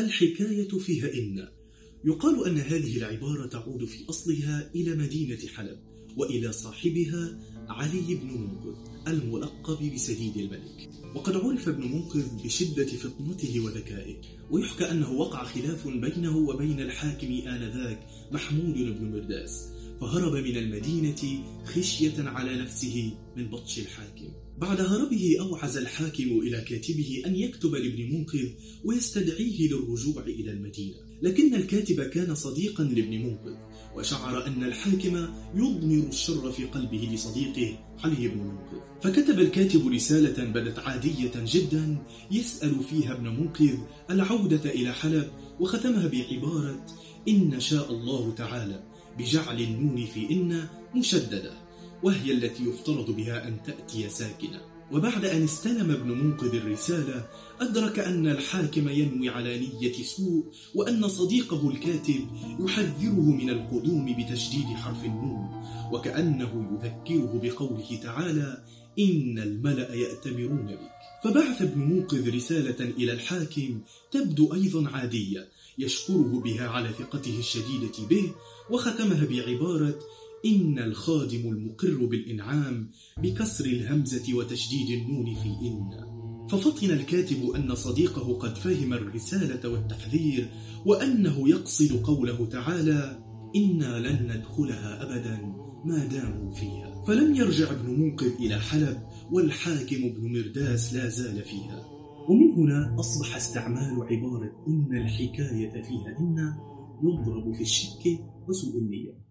الحكاية فيها إن. يقال أن هذه العبارة تعود في أصلها إلى مدينة حلب وإلى صاحبها علي بن منقذ الملقب بسديد الملك. وقد عرف ابن منقذ بشدة فطنته وذكائه، ويحكى أنه وقع خلاف بينه وبين الحاكم آنذاك محمود بن مرداس، فهرب من المدينة خشية على نفسه من بطش الحاكم. بعد هربه أوعز الحاكم إلى كاتبه أن يكتب لابن منقذ ويستدعيه للرجوع إلى المدينة، لكن الكاتب كان صديقا لابن منقذ، وشعر أن الحاكم يضمر الشر في قلبه لصديقه علي بن منقذ، فكتب الكاتب رسالة بدت عادية جدا يسأل فيها ابن منقذ العودة إلى حلب، وختمها بعبارة إن شاء الله تعالى بجعل النون في إن مشددة، وهي التي يفترض بها أن تأتي ساكنة. وبعد أن استلم ابن منقذ الرسالة أدرك أن الحاكم ينوي على نية سوء، وأن صديقه الكاتب يحذره من القدوم بتشديد حرف النون، وكأنه يذكره بقوله تعالى إن الملأ يأتمرون بك. فبعث ابن منقذ رسالة إلى الحاكم تبدو أيضا عادية يشكره بها على ثقته الشديدة به، وختمها بعبارة إن الخادم المقر بالإنعام بكسر الهمزة وتشديد النون في إن. ففطن الكاتب أن صديقه قد فهم الرسالة والتحذير، وأنه يقصد قوله تعالى إنا لن ندخلها أبدا ما داموا فيها. فلم يرجع ابن منقذ إلى حلب، والحاكم ابن مرداس لا زال فيها. ومن هنا أصبح استعمال عبارة إن الحكاية فيها إن يضرب في الشك وسوء النية.